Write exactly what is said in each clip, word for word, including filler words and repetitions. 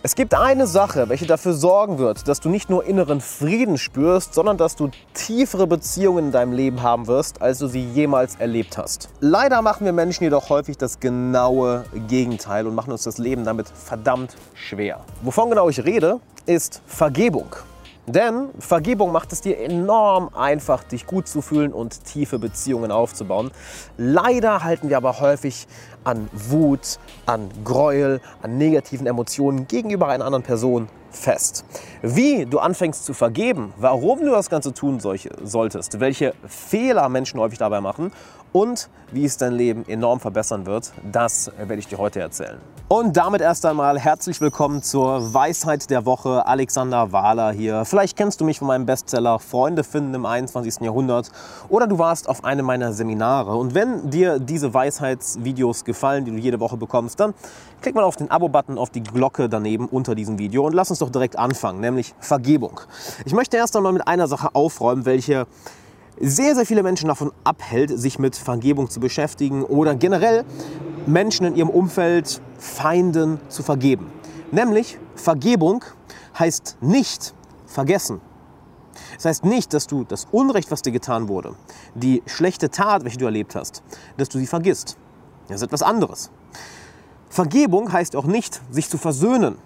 Es gibt eine Sache, welche dafür sorgen wird, dass du nicht nur inneren Frieden spürst, sondern dass du tiefere Beziehungen in deinem Leben haben wirst, als du sie jemals erlebt hast. Leider machen wir Menschen jedoch häufig das genaue Gegenteil und machen uns das Leben damit verdammt schwer. Wovon genau ich rede, ist Vergebung. Denn Vergebung macht es dir enorm einfach, dich gut zu fühlen und tiefe Beziehungen aufzubauen. Leider halten wir aber häufig an Wut, an Gräuel, an negativen Emotionen gegenüber einer anderen Person fest. Wie du anfängst zu vergeben, warum du das Ganze tun solltest, welche Fehler Menschen häufig dabei machen und wie es dein Leben enorm verbessern wird, das werde ich dir heute erzählen. Und damit erst einmal herzlich willkommen zur Weisheit der Woche. Alexander Wahler hier. Vielleicht kennst du mich von meinem Bestseller Freunde finden im einundzwanzigsten Jahrhundert oder du warst auf einem meiner Seminare. Und wenn dir diese Weisheitsvideos gefallen, die du jede Woche bekommst, dann klick mal auf den Abo-Button, auf die Glocke daneben unter diesem Video und lass uns doch direkt anfangen, nämlich Vergebung. Ich möchte erst einmal mit einer Sache aufräumen, welche sehr, sehr viele Menschen davon abhält, sich mit Vergebung zu beschäftigen oder generell Menschen in ihrem Umfeld, Feinden zu vergeben. Nämlich Vergebung heißt nicht vergessen. Das heißt nicht, dass du das Unrecht, was dir getan wurde, die schlechte Tat, welche du erlebt hast, dass du sie vergisst. Das ist etwas anderes. Vergebung heißt auch nicht, sich zu versöhnen.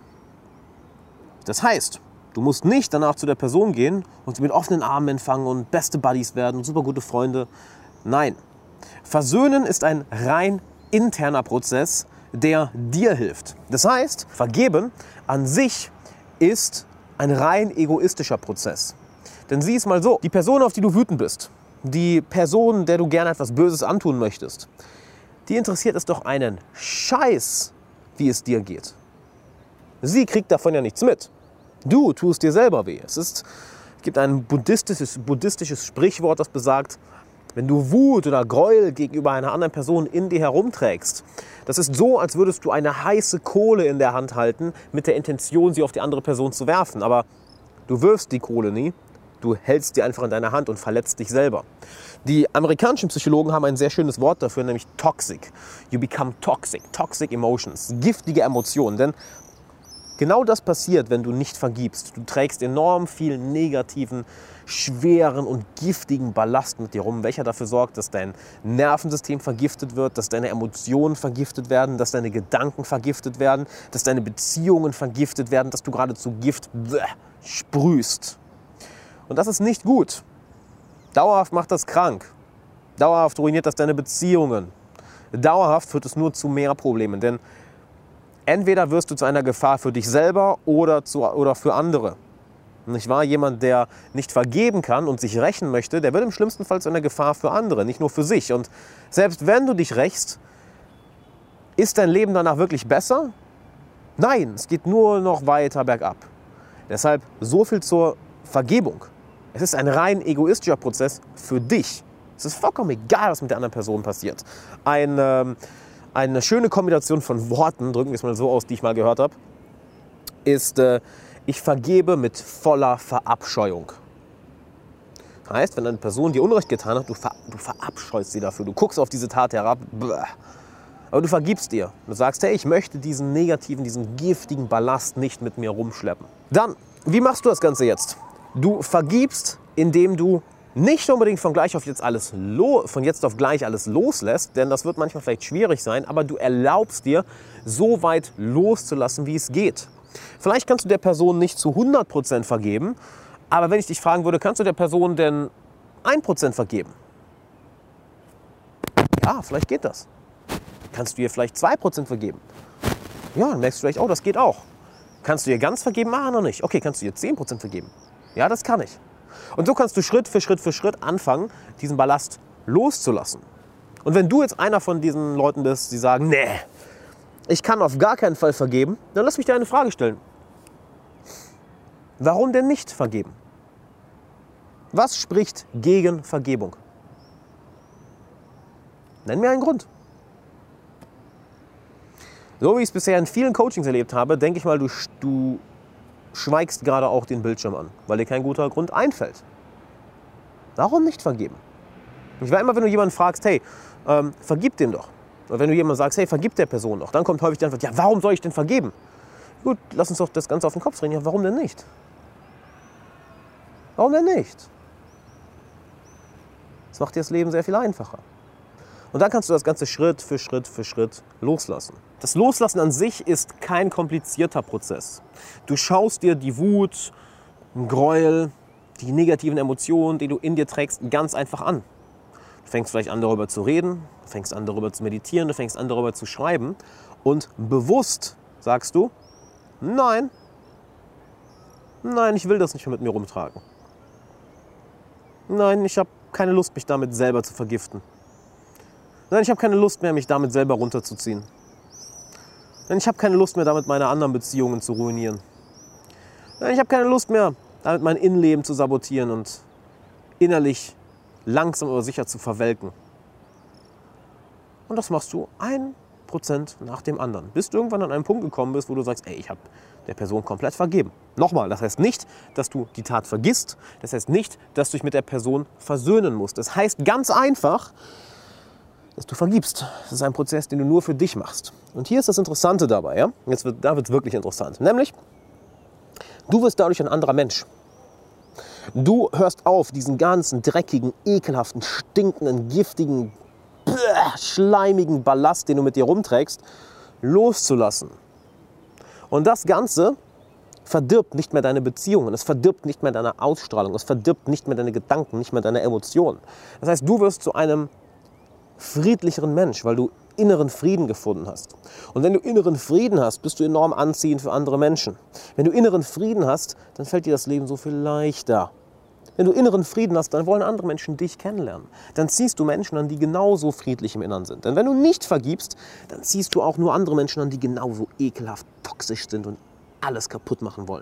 Das heißt, du musst nicht danach zu der Person gehen und sie mit offenen Armen empfangen und beste Buddies werden und super gute Freunde. Nein. Versöhnen ist ein rein interner Prozess, der dir hilft. Das heißt, Vergeben an sich ist ein rein egoistischer Prozess. Denn sieh es mal so, die Person, auf die du wütend bist, die Person, der du gerne etwas Böses antun möchtest, die interessiert es doch einen Scheiß, wie es dir geht. Sie kriegt davon ja nichts mit. Du tust dir selber weh. Es, ist, es gibt ein buddhistisches, buddhistisches Sprichwort, das besagt, wenn du Wut oder Gräuel gegenüber einer anderen Person in dir herumträgst, das ist so, als würdest du eine heiße Kohle in der Hand halten, mit der Intention, sie auf die andere Person zu werfen. Aber du wirfst die Kohle nie, du hältst sie einfach in deiner Hand und verletzt dich selber. Die amerikanischen Psychologen haben ein sehr schönes Wort dafür, nämlich toxic. You become toxic, toxic emotions, giftige Emotionen. Denn genau das passiert, wenn du nicht vergibst. Du trägst enorm viel negativen, schweren und giftigen Ballast mit dir rum, welcher dafür sorgt, dass dein Nervensystem vergiftet wird, dass deine Emotionen vergiftet werden, dass deine Gedanken vergiftet werden, dass deine Beziehungen vergiftet werden, dass du geradezu Gift bleh, sprühst. Und das ist nicht gut. Dauerhaft macht das krank. Dauerhaft ruiniert das deine Beziehungen. Dauerhaft führt es nur zu mehr Problemen, denn entweder wirst du zu einer Gefahr für dich selber oder, zu, oder für andere. Nicht wahr? Jemand, der nicht vergeben kann und sich rächen möchte, der wird im schlimmsten Fall zu einer Gefahr für andere, nicht nur für sich. Und selbst wenn du dich rächst, ist dein Leben danach wirklich besser? Nein, es geht nur noch weiter bergab. Deshalb so viel zur Vergebung. Es ist ein rein egoistischer Prozess für dich. Es ist vollkommen egal, was mit der anderen Person passiert. Ein... Ähm, Eine schöne Kombination von Worten, drücken wir es mal so aus, die ich mal gehört habe, ist, äh, ich vergebe mit voller Verabscheuung. Heißt, wenn eine Person dir Unrecht getan hat, du, ver du verabscheust sie dafür, du guckst auf diese Tat herab, bläh, aber du vergibst ihr. Du sagst, hey, ich möchte diesen negativen, diesen giftigen Ballast nicht mit mir rumschleppen. Dann, wie machst du das Ganze jetzt? Du vergibst, indem du nicht unbedingt von, gleich auf jetzt alles von jetzt auf gleich alles loslässt, denn das wird manchmal vielleicht schwierig sein, aber du erlaubst dir, so weit loszulassen, wie es geht. Vielleicht kannst du der Person nicht zu hundert Prozent vergeben, aber wenn ich dich fragen würde, kannst du der Person denn ein Prozent vergeben? Ja, vielleicht geht das. Kannst du ihr vielleicht zwei Prozent vergeben? Ja, dann merkst du vielleicht, oh, das geht auch. Kannst du ihr ganz vergeben? Ah, noch nicht. Okay, kannst du ihr zehn Prozent vergeben? Ja, das kann ich. Und so kannst du Schritt für Schritt für Schritt anfangen, diesen Ballast loszulassen. Und wenn du jetzt einer von diesen Leuten bist, die sagen, nee, ich kann auf gar keinen Fall vergeben, dann lass mich dir eine Frage stellen. Warum denn nicht vergeben? Was spricht gegen Vergebung? Nenn mir einen Grund. So wie ich es bisher in vielen Coachings erlebt habe, denke ich mal, du, du schweigst gerade auch den Bildschirm an, weil dir kein guter Grund einfällt. Warum nicht vergeben? Ich war immer, wenn du jemanden fragst, hey, ähm, vergib dem doch. Oder wenn du jemandem sagst, hey, vergib der Person doch, dann kommt häufig die Antwort, ja, warum soll ich denn vergeben? Gut, lass uns doch das Ganze auf den Kopf drehen. Ja, warum denn nicht? Warum denn nicht? Das macht dir das Leben sehr viel einfacher. Und dann kannst du das Ganze Schritt für Schritt für Schritt loslassen. Das Loslassen an sich ist kein komplizierter Prozess. Du schaust dir die Wut, den Gräuel, die negativen Emotionen, die du in dir trägst, ganz einfach an. Du fängst vielleicht an, darüber zu reden, du fängst an, darüber zu meditieren, du fängst an, darüber zu schreiben und bewusst sagst du, nein, nein, ich will das nicht mehr mit mir rumtragen. Nein, ich habe keine Lust, mich damit selber zu vergiften. Nein, ich habe keine Lust mehr, mich damit selber runterzuziehen. Nein, ich habe keine Lust mehr, damit meine anderen Beziehungen zu ruinieren. Nein, ich habe keine Lust mehr, damit mein Innenleben zu sabotieren und innerlich langsam aber sicher zu verwelken. Und das machst du ein Prozent nach dem anderen, bis du irgendwann an einen Punkt gekommen bist, wo du sagst, ey, ich habe der Person komplett vergeben. Nochmal, das heißt nicht, dass du die Tat vergisst. Das heißt nicht, dass du dich mit der Person versöhnen musst. Das heißt ganz einfach, dass du vergibst. Das ist ein Prozess, den du nur für dich machst. Und hier ist das Interessante dabei. Ja? Jetzt wird, da wird es wirklich interessant. Nämlich, du wirst dadurch ein anderer Mensch. Du hörst auf, diesen ganzen dreckigen, ekelhaften, stinkenden, giftigen, bäh, schleimigen Ballast, den du mit dir rumträgst, loszulassen. Und das Ganze verdirbt nicht mehr deine Beziehungen, es verdirbt nicht mehr deine Ausstrahlung, es verdirbt nicht mehr deine Gedanken, nicht mehr deine Emotionen. Das heißt, du wirst zu einem friedlicheren Mensch, weil du inneren Frieden gefunden hast. Und wenn du inneren Frieden hast, bist du enorm anziehend für andere Menschen. Wenn du inneren Frieden hast, dann fällt dir das Leben so viel leichter. Wenn du inneren Frieden hast, dann wollen andere Menschen dich kennenlernen. Dann ziehst du Menschen an, die genauso friedlich im Innern sind. Denn wenn du nicht vergibst, dann ziehst du auch nur andere Menschen an, die genauso ekelhaft toxisch sind und alles kaputt machen wollen.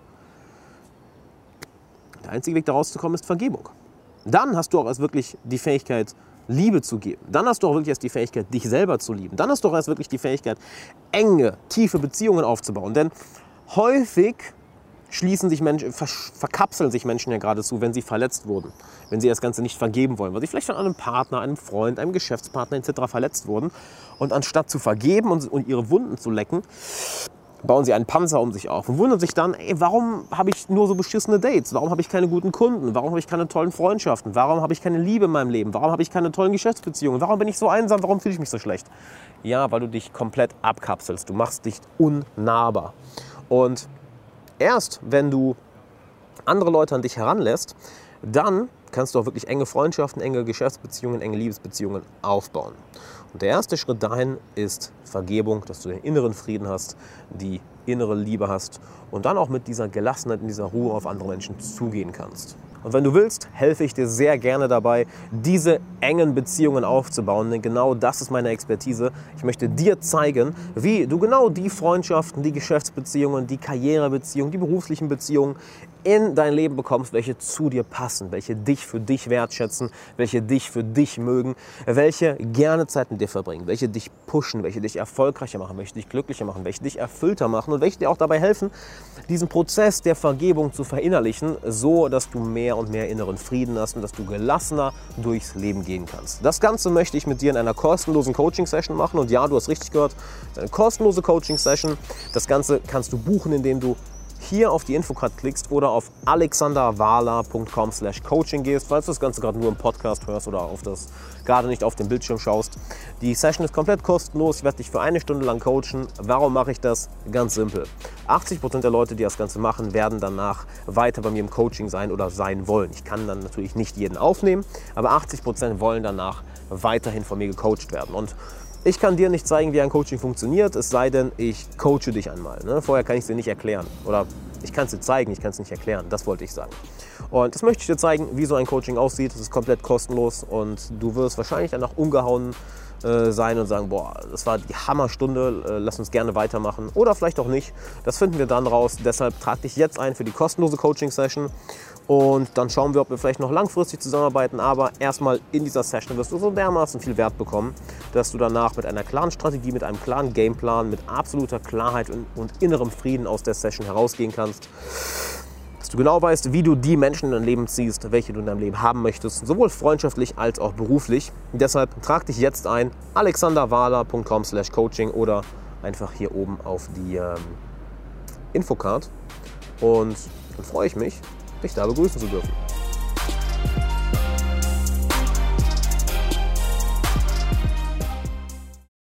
Der einzige Weg, da rauszukommen, ist Vergebung. Dann hast du auch erst wirklich die Fähigkeit, Liebe zu geben. Dann hast du auch wirklich erst die Fähigkeit, dich selber zu lieben. Dann hast du auch erst wirklich die Fähigkeit, enge, tiefe Beziehungen aufzubauen. Denn häufig schließen sich Menschen, verkapseln sich Menschen ja geradezu, wenn sie verletzt wurden. Wenn sie das Ganze nicht vergeben wollen. Weil sie vielleicht von einem Partner, einem Freund, einem Geschäftspartner et cetera verletzt wurden. Und anstatt zu vergeben und, und ihre Wunden zu lecken, bauen sie einen Panzer um sich auf und wundern sich dann, ey, warum habe ich nur so beschissene Dates? Warum habe ich keine guten Kunden? Warum habe ich keine tollen Freundschaften? Warum habe ich keine Liebe in meinem Leben? Warum habe ich keine tollen Geschäftsbeziehungen? Warum bin ich so einsam? Warum fühle ich mich so schlecht? Ja, weil du dich komplett abkapselst. Du machst dich unnahbar. Und erst wenn du andere Leute an dich heranlässt, dann kannst du auch wirklich enge Freundschaften, enge Geschäftsbeziehungen, enge Liebesbeziehungen aufbauen. Und der erste Schritt dahin ist Vergebung, dass du den inneren Frieden hast, die innere Liebe hast und dann auch mit dieser Gelassenheit, in dieser Ruhe auf andere Menschen zugehen kannst. Und wenn du willst, helfe ich dir sehr gerne dabei, diese engen Beziehungen aufzubauen, denn genau das ist meine Expertise. Ich möchte dir zeigen, wie du genau die Freundschaften, die Geschäftsbeziehungen, die Karrierebeziehungen, die beruflichen Beziehungen in dein Leben bekommst, welche zu dir passen, welche dich für dich wertschätzen, welche dich für dich mögen, welche gerne Zeit mit dir verbringen, welche dich pushen, welche dich erfolgreicher machen, welche dich glücklicher machen, welche dich erfüllter machen und welche dir auch dabei helfen, diesen Prozess der Vergebung zu verinnerlichen, so dass du mehr und mehr inneren Frieden hast und dass du gelassener durchs Leben gehen kannst. Das Ganze möchte ich mit dir in einer kostenlosen Coaching-Session machen und ja, du hast richtig gehört, es ist eine kostenlose Coaching-Session. Das Ganze kannst du buchen, indem du hier auf die Infocard klickst oder auf alexanderwahler punkt com slash coaching gehst, falls du das Ganze gerade nur im Podcast hörst oder auf das gerade nicht auf dem Bildschirm schaust. Die Session ist komplett kostenlos. Ich werde dich für eine Stunde lang coachen. Warum mache ich das? Ganz simpel. achtzig Prozent der Leute, die das Ganze machen, werden danach weiter bei mir im Coaching sein oder sein wollen. Ich kann dann natürlich nicht jeden aufnehmen, aber achtzig Prozent wollen danach weiterhin von mir gecoacht werden. Und ich kann dir nicht zeigen, wie ein Coaching funktioniert, es sei denn, ich coache dich einmal. Ne? Vorher kann ich es dir nicht erklären. Oder ich kann es dir zeigen, ich kann es nicht erklären. Das wollte ich sagen. Und das möchte ich dir zeigen, wie so ein Coaching aussieht. Es ist komplett kostenlos und du wirst wahrscheinlich danach umgehauen äh, sein und sagen, boah, das war die Hammerstunde, äh, lass uns gerne weitermachen. Oder vielleicht auch nicht. Das finden wir dann raus. Deshalb trag dich jetzt ein für die kostenlose Coaching-Session. Und dann schauen wir, ob wir vielleicht noch langfristig zusammenarbeiten. Aber erstmal in dieser Session wirst du so dermaßen viel Wert bekommen, dass du danach mit einer klaren Strategie, mit einem klaren Gameplan, mit absoluter Klarheit und, und innerem Frieden aus der Session herausgehen kannst. Dass du genau weißt, wie du die Menschen in dein Leben ziehst, welche du in deinem Leben haben möchtest, sowohl freundschaftlich als auch beruflich. Und deshalb trag dich jetzt ein, alexanderwahler punkt com slash coaching oder einfach hier oben auf die... Ähm, Infocard. Und dann freue ich mich, dich da begrüßen zu dürfen.